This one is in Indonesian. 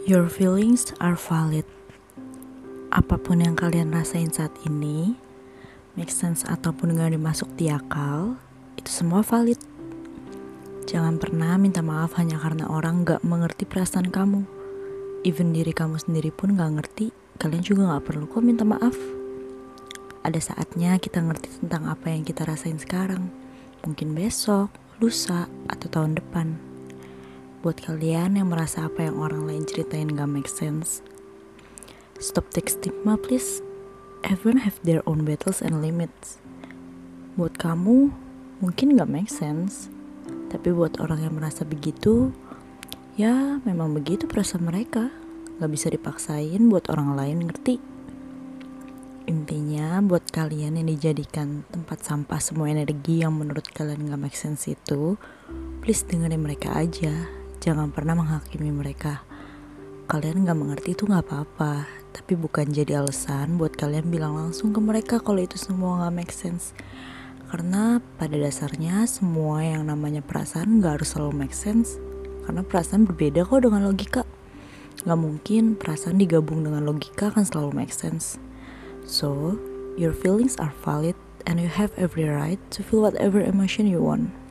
Your feelings are valid. Apapun yang kalian rasain saat ini, make sense ataupun gak dimasuk di akal, itu semua valid. Jangan pernah minta maaf hanya karena orang gak mengerti perasaan kamu. Even diri kamu sendiri pun gak ngerti, kalian juga gak perlu kok minta maaf. Ada saatnya kita ngerti tentang apa yang kita rasain sekarang. Mungkin besok, lusa, atau tahun depan. Buat kalian yang merasa apa yang orang lain ceritain gak make sense, stop take stigma please. Everyone have their own battles and limits. Buat kamu, mungkin gak make sense. Tapi buat orang yang merasa begitu, ya memang begitu perasaan mereka. Gak bisa dipaksain buat orang lain ngerti. Intinya buat kalian yang dijadikan tempat sampah semua energi yang menurut kalian gak make sense itu, please dengerin mereka aja. Jangan pernah menghakimi mereka. Kalian gak mengerti itu gak apa-apa, tapi bukan jadi alasan buat kalian bilang langsung ke mereka kalau itu semua gak make sense. Karena pada dasarnya semua yang namanya perasaan gak harus selalu make sense. Karena perasaan berbeda kok dengan logika. Gak mungkin perasaan digabung dengan logika akan selalu make sense. So, your feelings are valid and you have every right to feel whatever emotion you want.